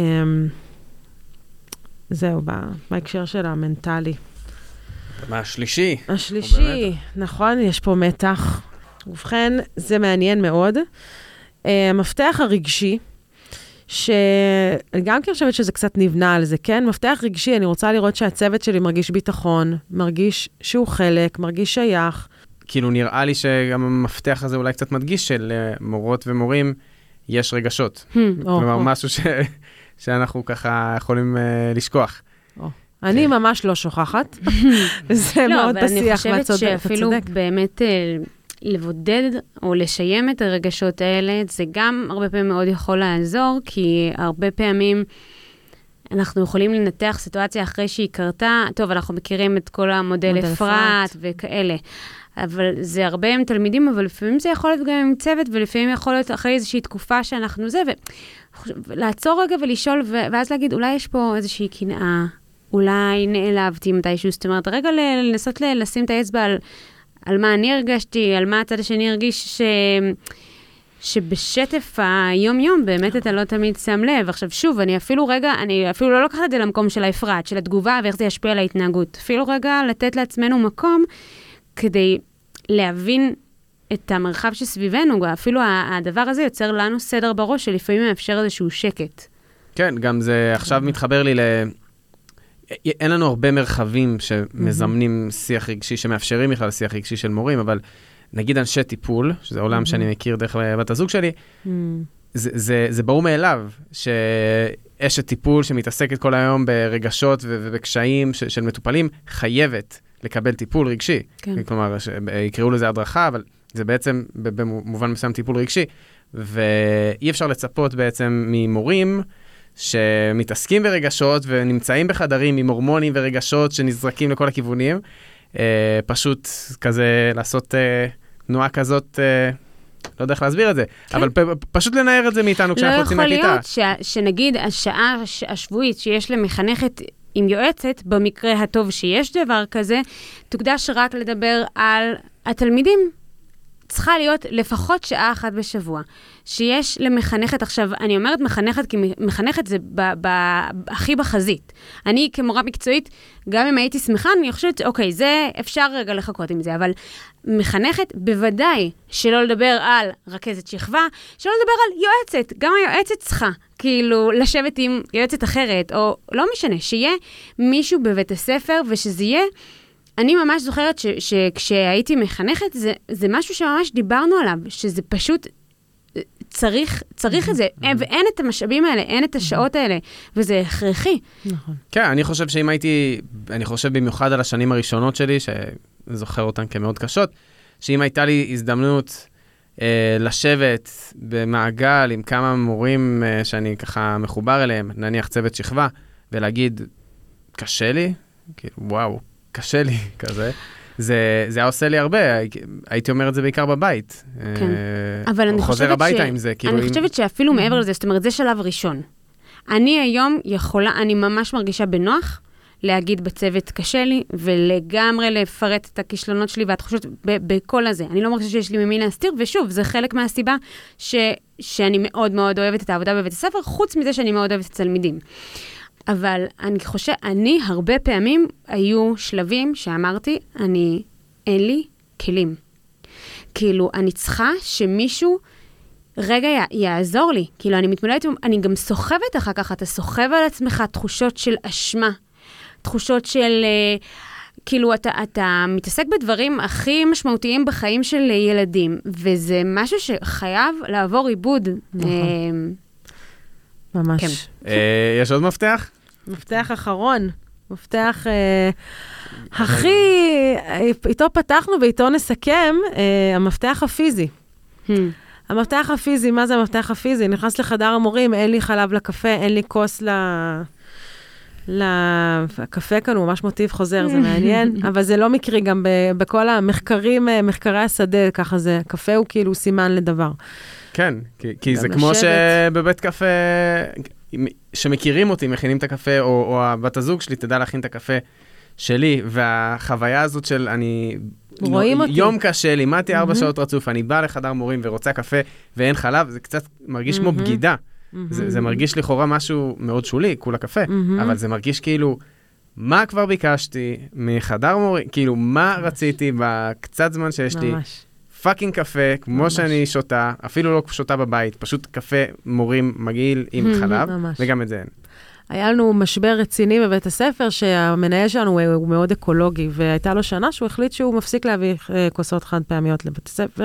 זהו, בהקשר של המנטלי. מה, השלישי? השלישי, נכון, יש פה מתח. ובכן, זה מעניין מאוד. המפתח הרגשי, שאני גם כן חושבת שזה קצת נבנה על זה, כן? מפתח רגשי, אני רוצה לראות שהצוות שלי מרגיש ביטחון, מרגיש שהוא חלק, מרגיש שייך. כאילו נראה לי שגם המפתח הזה אולי קצת מדגיש של מורות ומורים, יש רגשות. כלומר, משהו שאנחנו ככה יכולים לשכוח. אני ממש לא שוכחת. זה מאוד בשיח, ואני חושבת שאפילו באמת לבודד או לשיים את הרגשות האלה, זה גם הרבה פעמים מאוד יכול לעזור, כי הרבה פעמים אנחנו יכולים לנתח סיטואציה אחרי שהיא קרתה, טוב, אנחנו מכירים את כל המודל אפרת וכאלה, אבל זה הרבה עם תלמידים, אבל לפעמים זה יכול להיות גם עם צוות, ולפעמים יכול להיות אחרי איזושהי תקופה שאנחנו זה, ולעצור רגע ולשאול, ואז להגיד, אולי יש פה איזושהי קנאה, אולי נעלבתי מתישהו, זאת אומרת, רגע לנסות לשים את האצבע על, על מה אני הרגשתי, על מה הצד השני הרגיש, ש... שבשטף היום-יום באמת אתה לא תמיד שם לב. עכשיו שוב, אני אפילו רגע, אני אפילו לא לוקחת את זה למקום של האפרת, של התגובה ואיך זה ישפיע על ההתנהגות. אפילו רגע לתת לעצמנו מקום כדי להבין את המרחב שסביבנו. אפילו הדבר הזה יוצר לנו סדר בראש שלפעמים מאפשר איזשהו שקט. כן, גם זה עכשיו מתחבר לי ל... אין לנו הרבה מרחבים שמזמנים שיח רגשי, שמאפשרים בכלל שיח רגשי של מורים, אבל נגיד אנשי טיפול, שזה עולם שאני מכיר דרך בת הזוג שלי, זה, זה, זה ברור מאליו, שאשת טיפול שמתעסקת כל היום ברגשות ובקשיים של, של מטופלים, חייבת לקבל טיפול רגשי. כן. כלומר, יקראו לזה הדרכה, אבל זה בעצם במובן מסוים טיפול רגשי, ואי אפשר לצפות בעצם ממורים, שמתעסקים ברגשות ונמצאים בחדרים עם הורמונים ורגשות שנזרקים לכל הכיוונים, אה, פשוט כזה לעשות אה, תנועה כזאת, אה, לא יודע איך להסביר את זה, כן. אבל פ- פשוט לנער את זה מאיתנו כשאנחנו יוצאים לכיתה. לא יכול להיות ש- שנגיד השעה השבועית שיש למחנכת עם יועצת, במקרה הטוב שיש דבר כזה, תוקדש רק לדבר על התלמידים. צריכה להיות לפחות שעה אחת בשבוע. שיש למחנכת, עכשיו, אני אומרת מחנכת, כי מחנכת זה ב- ב- הכי בחזית. אני כמורה מקצועית, גם אם הייתי שמחה, אני חושבת, אוקיי, זה אפשר רגע לחכות עם זה, אבל מחנכת בוודאי שלא לדבר על רכזת שכבה, שלא לדבר על יועצת. גם היועצת צריכה, כאילו, לשבת עם יועצת אחרת, או לא משנה, שיהיה מישהו בבית הספר, ושזה יהיה, אני ממש זוכרת ש- שכשהייתי מחנכת, זה, זה משהו שממש דיברנו עליו, שזה פשוט צריך, צריך את זה, ואין את המשאבים האלה, אין את השעות האלה, וזה הכרחי. נכון. כן, אני חושב שאם הייתי, אני חושב במיוחד על השנים הראשונות שלי, שזוכר אותן כמאוד קשות, שאם הייתה לי הזדמנות אה, לשבת במעגל עם כמה מורים אה, שאני ככה מחובר אליהם, נניח צוות שכבה, ולהגיד, קשה לי? כאילו, וואו, קשה לי, כזה. זה, זה היה עושה לי הרבה, הייתי אומר את זה בעיקר בבית. כן. אבל אני חושבת חוזר הביתה עם זה, כאילו... אני חושבת שאפילו מעבר לזה, זאת אומרת, זה שלב ראשון. אני היום יכולה, אני ממש מרגישה בנוח להגיד בצוות קשה לי, ולגמרי לפרט את הכישלונות שלי והתחושות בכל הזה. אני לא מרגישה שיש לי ממי להסתיר, ושוב, זה חלק מהסיבה ש, שאני מאוד מאוד אוהבת את העבודה בבית הספר, חוץ מזה שאני מאוד אוהבת את התלמידים. אבל אני חושבת, אני הרבה פעמים היו שלבים שאמרתי, אני, אין לי כלים. כאילו, אני צריכה שמישהו רגע י, יעזור לי. כאילו, אני מתמודדת, אני גם סוחבת אחר כך, אתה סוחב על עצמך תחושות של אשמה, תחושות של, כאילו, אתה, אתה מתעסק בדברים הכי משמעותיים בחיים של ילדים, וזה משהו שחייב לעבור עיבוד. נכון. ממש. כן. אה, יש עוד מפתח? מפתח אחרון. מפתח אה, הכי, איתו פתחנו ואיתו נסכם, אה, המפתח הפיזי. Hmm. המפתח הפיזי, מה זה המפתח הפיזי? נכנס לחדר המורים, אין לי חלב לקפה, אין לי כוס ל... לקפה כאן הוא ממש מוטיב חוזר, זה מעניין, אבל זה לא מקרי גם ב- בכל המחקרים, מחקרי השדה, ככה זה, קפה הוא כאילו סימן לדבר. כן, כי, כי זה כמו שבבית קפה, שמכירים אותי, מכינים את הקפה, או, או הבת הזוג שלי תדע להכין את הקפה שלי, והחוויה הזאת של אני... רואים אותי. יום קשה, לימדתי ארבע שעות רצוף, אני בא לחדר מורים ורוצה קפה ואין חלב, זה קצת מרגיש כמו בגידה. זה, זה מרגיש לכאורה משהו מאוד שולי, כולה קפה, אבל זה מרגיש כאילו, מה כבר ביקשתי מחדר מורים, כאילו, מה רציתי בקצת זמן שיש לי, פאקינג קפה, כמו שאני שותה, אפילו לא שותה בבית, פשוט קפה מורים מגעיל עם חלב, וגם את זה אין. היה לנו משבר רציני בבית הספר, שהמנהל שלנו הוא מאוד אקולוגי, והייתה לו שנה שהוא החליט שהוא מפסיק להביא כוסות חד פעמיות לבית הספר,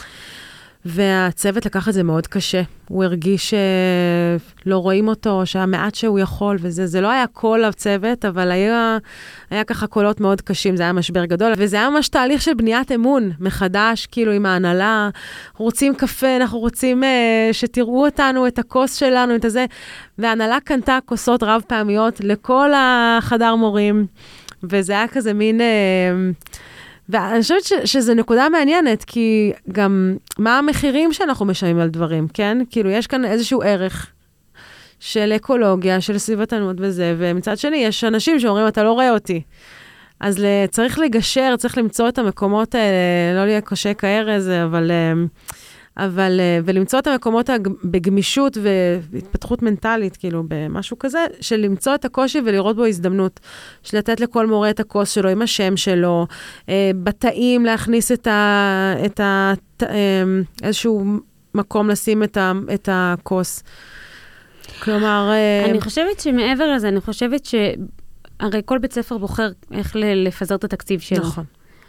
והצוות לקח את זה מאוד קשה. הוא הרגיש שלא רואים אותו, שהמעט שהוא יכול, וזה זה לא היה כל הצוות, אבל היה, היה ככה קולות מאוד קשים, זה היה משבר גדול, וזה היה ממש תהליך של בניית אמון מחדש, כאילו עם ההנהלה, רוצים קפה, אנחנו רוצים אה, שתראו אותנו, את הכוס שלנו, את הזה, וההנהלה קנתה כוסות רב פעמיות לכל החדר מורים, וזה היה כזה מין... אה, ואני חושבת ש- שזה נקודה מעניינת, כי גם מה המחירים שאנחנו משלמים על דברים, כן? כאילו, יש כאן איזשהו ערך של אקולוגיה, של סביבתנות וזה, ומצד שני, יש אנשים שאומרים, אתה לא רואה אותי. אז צריך לגשר, צריך למצוא את המקומות האלה, לא להיות קשה כארז, אבל... אבל, ולמצוא את המקומות בגמישות והתפתחות מנטלית, כאילו, במשהו כזה, של למצוא את הקושי ולראות בו הזדמנות, של לתת לכל מורה את הכוס שלו, עם השם שלו, בתאים להכניס את ה, את ה, איזשהו מקום לשים את ה, את הכוס. כלומר... אני חושבת שמעבר לזה, אני חושבת ש... הרי כל בית ספר בוחר איך לפזר את התקציב שלו. נכון.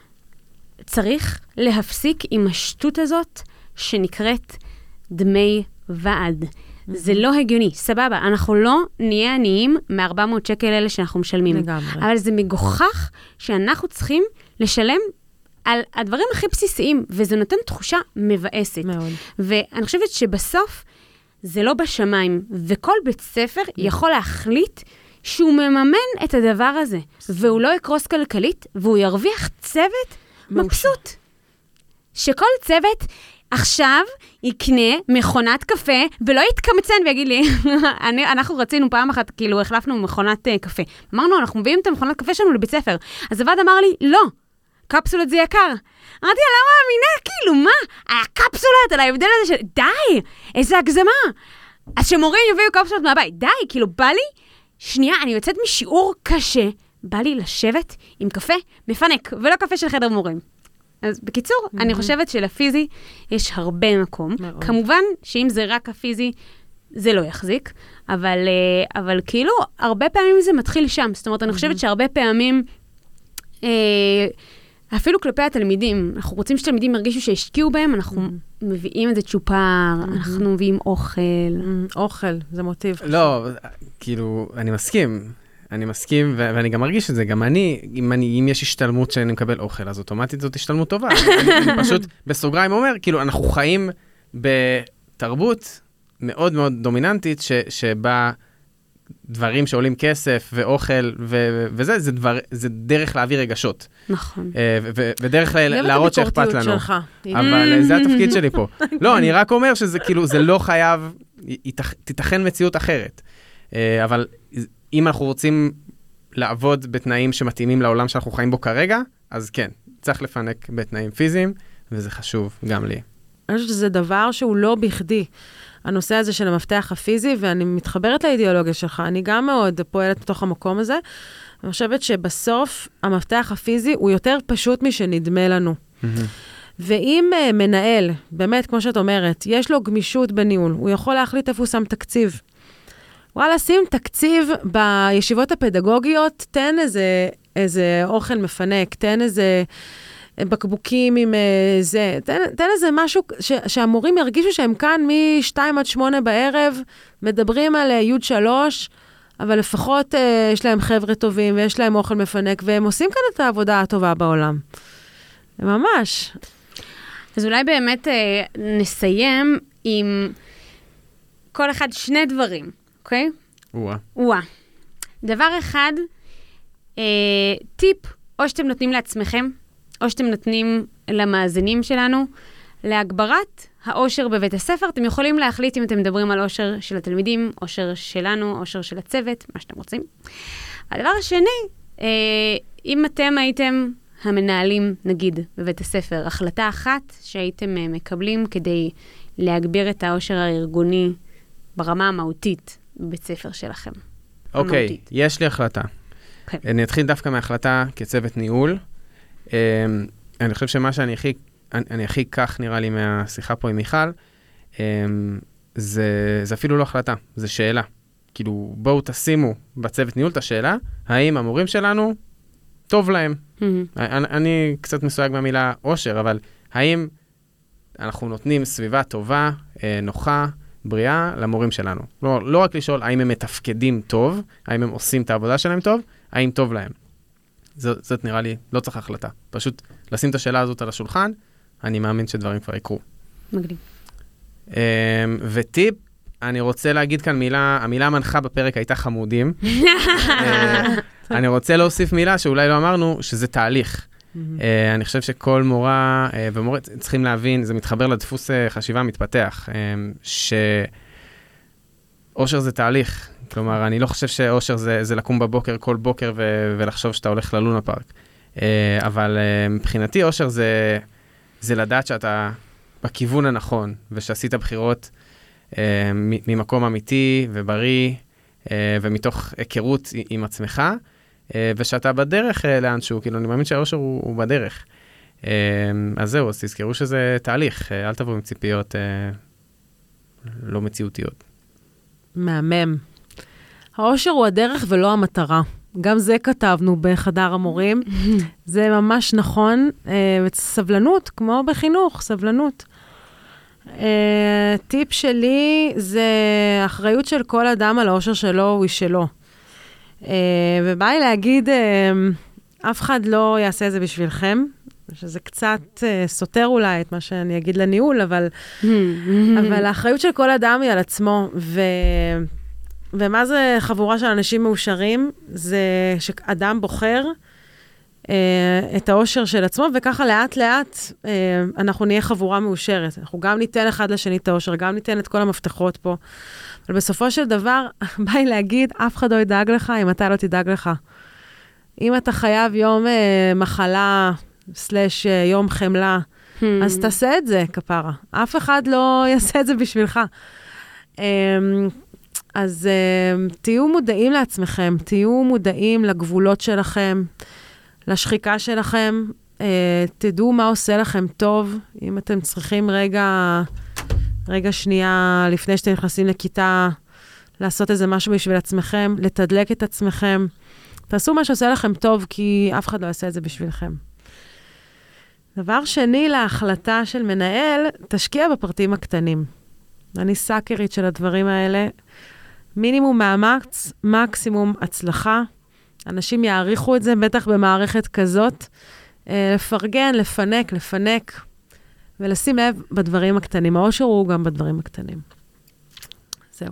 צריך להפסיק עם השטות הזאת, שנקראת דמי ועד. זה לא הגיוני, סבבה, אנחנו לא נהיה עניים מ-ארבע מאות שקל אלה שאנחנו משלמים. לגמרי. אבל זה מגוחך שאנחנו צריכים לשלם על הדברים הכי בסיסיים, וזה נותן תחושה מבאסת. מאוד. ואני חושבת שבסוף זה לא בשמיים, וכל בית ספר יכול להחליט שהוא מממן את הדבר הזה, והוא לא יקרוס כלכלית, והוא ירוויח צוות מבסוט. שכל צוות... עכשיו יקנה מכונת קפה, ולא יתקמצן ויגיד לי, אני, אנחנו רצינו פעם אחת, כאילו החלפנו מכונת uh, קפה. אמרנו, אנחנו מביאים את המכונת קפה שלנו לבית ספר. אז הוועד אמר לי, לא, קפסולות זה יקר. אמרתי, לא מאמינה, כאילו, מה? הקפסולות, על ההבדל הזה של, די, איזה הגזמה. אז שמורים יביאו קפסולות מהבית, די, כאילו, בא לי, שנייה, אני יוצאת משיעור קשה, בא לי לשבת עם קפה מפנק, ולא קפה של חדר מורים. אז בקיצור, mm-hmm. אני חושבת שלפיזי יש הרבה מקום. מאוד. כמובן שאם זה רק הפיזי, זה לא יחזיק, אבל, אבל כאילו, הרבה פעמים זה מתחיל שם. זאת אומרת, אני חושבת שהרבה פעמים, אה, אפילו כלפי התלמידים, אנחנו רוצים שתלמידים ירגישו שהשקיעו בהם, אנחנו mm-hmm. מביאים איזה צ'ופר, mm-hmm. אנחנו מביאים אוכל. Mm-hmm. אוכל, זה מוטיב. לא, כאילו, אני מסכים. אני מסכים, ו- ואני גם מרגיש את זה, גם אני, אם, אני, אם יש השתלמות שאני מקבל אוכל, אז אוטומטית זאת השתלמות טובה. אני, אני פשוט בסוגריים אומר, כאילו, אנחנו חיים בתרבות מאוד מאוד דומיננטית, ש- שבה דברים שעולים כסף ואוכל ו- וזה, זה, דבר, זה דרך להעביר רגשות. נכון. ו- ו- ודרך ל- להראות שאכפת לנו. שלך. אבל זה התפקיד שלי פה. לא, אני רק אומר שזה כאילו, זה לא חייב, תיתכן מציאות אחרת. אבל אם אנחנו רוצים לעבוד בתנאים שמתאימים לעולם שאנחנו חיים בו כרגע, אז כן, צריך לפנק בתנאים פיזיים, וזה חשוב גם לי. אני חושבת שזה דבר שהוא לא בכדי. הנושא הזה של המפתח הפיזי, ואני מתחברת לאידיאולוגיה שלך, אני גם מאוד פועלת בתוך המקום הזה. אני חושבת שבסוף המפתח הפיזי הוא יותר פשוט משנדמה לנו. ואם uh, מנהל, באמת, כמו שאת אומרת, יש לו גמישות בניהול, הוא יכול להחליט איפה הוא שם תקציב. וואלה, שים תקציב בישיבות הפדגוגיות, תן איזה, איזה אוכל מפנק, תן איזה בקבוקים עם זה, תן, תן איזה משהו ש, שהמורים ירגישו שהם כאן מ-שתיים עד שמונה בערב, מדברים על י' שלוש, אבל לפחות uh, יש להם חבר'ה טובים ויש להם אוכל מפנק, והם עושים כאן את העבודה הטובה בעולם. ממש. אז אולי באמת אה, נסיים עם כל אחד שני דברים, אוקיי? וואה. וואה. דבר אחד, אה, טיפ, או שאתם נותנים לעצמכם, או שאתם נותנים למאזינים שלנו, להגברת האושר בבית הספר. אתם יכולים להחליט אם אתם מדברים על אושר של התלמידים, אושר שלנו, אושר של הצוות, מה שאתם רוצים. הדבר השני, אה, אם אתם הייתם המנהלים, נגיד, בבית הספר, החלטה אחת שהייתם uh, מקבלים כדי להגביר את האושר הארגוני ברמה המהותית בבית ספר שלכם. אוקיי, המהותית. יש לי החלטה. Okay. אני אתחיל דווקא מההחלטה כצוות ניהול. Um, אני חושב שמה שאני הכי, אני, אני הכי כך נראה לי מהשיחה פה עם מיכל, um, זה, זה אפילו לא החלטה, זה שאלה. כאילו, בואו תשימו בצוות ניהול את השאלה, האם המורים שלנו טוב להם. Mm-hmm. אני, אני קצת מסויג מהמילה אושר, אבל האם אנחנו נותנים סביבה טובה, נוחה, בריאה למורים שלנו? לא, לא רק לשאול האם הם מתפקדים טוב, האם הם עושים את העבודה שלהם טוב, האם טוב להם. זאת, זאת נראה לי, לא צריך החלטה. פשוט לשים את השאלה הזאת על השולחן, אני מאמין שדברים כבר יקרו. מגניב. וטיפ, אני רוצה להגיד כאן מילה, המילה המנחה בפרק הייתה חמודים. אני רוצה להוסיף מילה שאולי לא אמרנו, שזה תהליך. אני חושב שכל מורה ומורה צריכים להבין, זה מתחבר לדפוס חשיבה מתפתח, שאושר זה תהליך. כלומר, אני לא חושב שאושר זה, זה לקום בבוקר כל בוקר ו- ולחשוב שאתה הולך ללונה פארק. אבל מבחינתי אושר זה, זה לדעת שאתה בכיוון הנכון, ושעשית בחירות ממקום אמיתי ובריא, ומתוך היכרות עם עצמך, ושאתה בדרך לאנשהו, כאילו אני מאמין שהאושר הוא, הוא בדרך. אז זהו, אז תזכרו שזה תהליך, אל תבואו עם ציפיות לא מציאותיות. מהמם. האושר הוא הדרך ולא המטרה. גם זה כתבנו בחדר המורים. זה ממש נכון, סבלנות, כמו בחינוך, סבלנות. טיפ שלי זה אחריות של כל אדם על האושר שלו, הוא שלו. ובא לי להגיד, אף אחד לא יעשה את זה בשבילכם, שזה קצת סותר אולי את מה שאני אגיד לניהול, אבל, אבל האחריות של כל אדם היא על עצמו, ו, ומה זה חבורה של אנשים מאושרים? זה שאדם בוחר את האושר של עצמו, וככה לאט לאט אנחנו נהיה חבורה מאושרת. אנחנו גם ניתן אחד לשני את האושר, גם ניתן את כל המפתחות פה. אבל בסופו של דבר, בא לי להגיד, אף אחד לא ידאג לך אם אתה לא תדאג לך. אם אתה חייב יום מחלה, סלש יום חמלה, אז תעשה את זה, כפרה. אף אחד לא יעשה את זה בשבילך. אז תהיו מודעים לעצמכם, תהיו מודעים לגבולות שלכם, לשחיקה שלכם, תדעו מה עושה לכם טוב, אם אתם צריכים רגע, רגע שנייה, לפני שאתם נכנסים לכיתה, לעשות איזה משהו בשביל עצמכם, לתדלק את עצמכם, תעשו מה שעושה לכם טוב, כי אף אחד לא יעשה את זה בשבילכם. דבר שני, להחלטה של מנהל, תשקיע בפרטים הקטנים. אני סאקרית של הדברים האלה. מינימום מאמץ, מקסימום הצלחה. אנשים יעריכו את זה, בטח במערכת כזאת, לפרגן, לפנק, לפנק, ולשים לב בדברים הקטנים. האושר הוא גם בדברים הקטנים. זהו.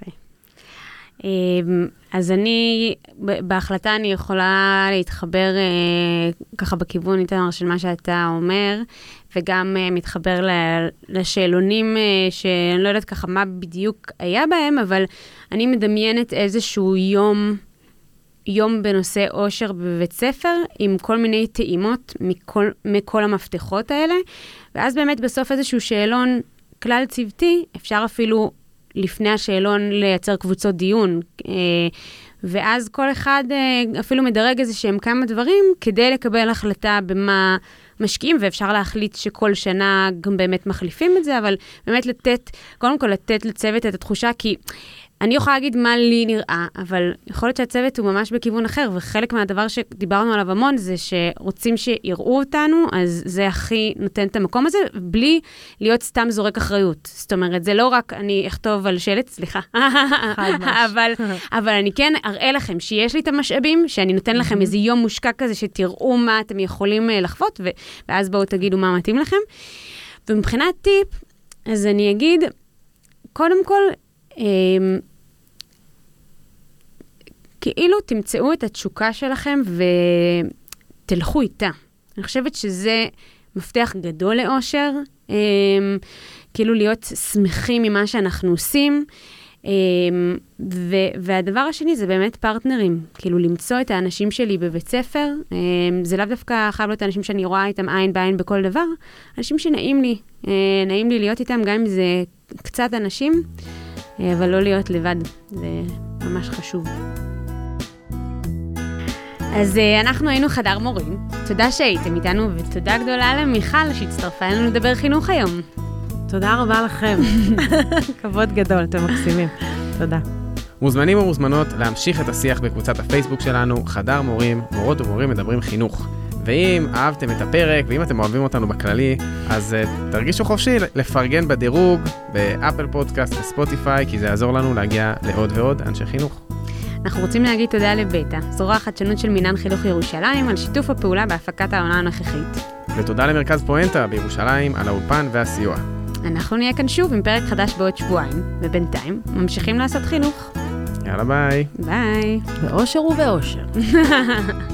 אז אני, בהחלטה אני יכולה להתחבר ככה בכיוון איתמר של מה שאתה אומר, וגם מתחבר לשאלונים שאני לא יודעת ככה מה בדיוק היה בהם, אבל אני מדמיינת איזשהו יום, יום בנושא אושר בבית ספר, עם כל מיני טעימות מכל, מכל המפתחות האלה, ואז באמת בסוף איזשהו שאלון כלל צוותי, אפשר אפילו לפני השאלון לייצר קבוצות דיון, ואז כל אחד אפילו מדרג איזה שהם כמה דברים, כדי לקבל החלטה במה משקיעים, ואפשר להחליט שכל שנה גם באמת מחליפים את זה, אבל באמת לתת, קודם כל לתת לצוות את התחושה, כי אני יכולה להגיד מה לי נראה, אבל יכול להיות שהצוות הוא ממש בכיוון אחר, וחלק מהדבר שדיברנו עליו המון, זה שרוצים שיראו אותנו, אז זה הכי נותן את המקום הזה, בלי להיות סתם זורק אחריות. זאת אומרת, זה לא רק אני אכתוב על שלט, סליחה, אבל, אבל אני כן אראה לכם שיש לי את המשאבים, שאני נותן לכם איזה יום מושקע כזה, שתראו מה אתם יכולים לחוות, ואז בואו תגידו מה מתאים לכם. ומבחינת טיפ, אז אני אגיד, קודם כל, כאילו תמצאו את התשוקה שלכם ותלכו איתה. אני חושבת שזה מפתח גדול לאושר, כאילו להיות שמחים ממה שאנחנו עושים, והדבר השני זה באמת פרטנרים, כאילו למצוא את האנשים שלי בבית ספר, זה לאו דווקא חייב להיות האנשים שאני רואה איתם עין בעין בכל דבר, אנשים שנעים לי, נעים לי להיות איתם, גם אם זה קצת אנשים, אבל לא להיות לבד, זה ממש חשוב. אז אנחנו היינו חדר מורים, תודה שהייתם איתנו, ותודה גדולה למיכל שהצטרפה לנו לדבר חינוך היום. תודה רבה לכם, כבוד גדול, אתם מקסימים, תודה. מוזמנים ומוזמנות להמשיך את השיח בקבוצת הפייסבוק שלנו, חדר מורים, מורות ומורים מדברים חינוך. ואם אהבתם את הפרק, ואם אתם אוהבים אותנו בכללי, אז uh, תרגישו חופשי לפרגן בדירוג, באפל פודקאסט וספוטיפיי, כי זה יעזור לנו להגיע לעוד ועוד אנשי חינוך. אנחנו רוצים להגיד תודה לבטא, זרוע החדשנות של מינהל חינוך ירושלים, על שיתוף הפעולה בהפקת העונה הנוכחית. ותודה למרכז פואנטה בירושלים על האולפן והסיוע. אנחנו נהיה כאן שוב עם פרק חדש בעוד שבועיים, ובינתיים ממשיכים לעשות חינוך. יאללה ביי. ביי. באושר ובאושר.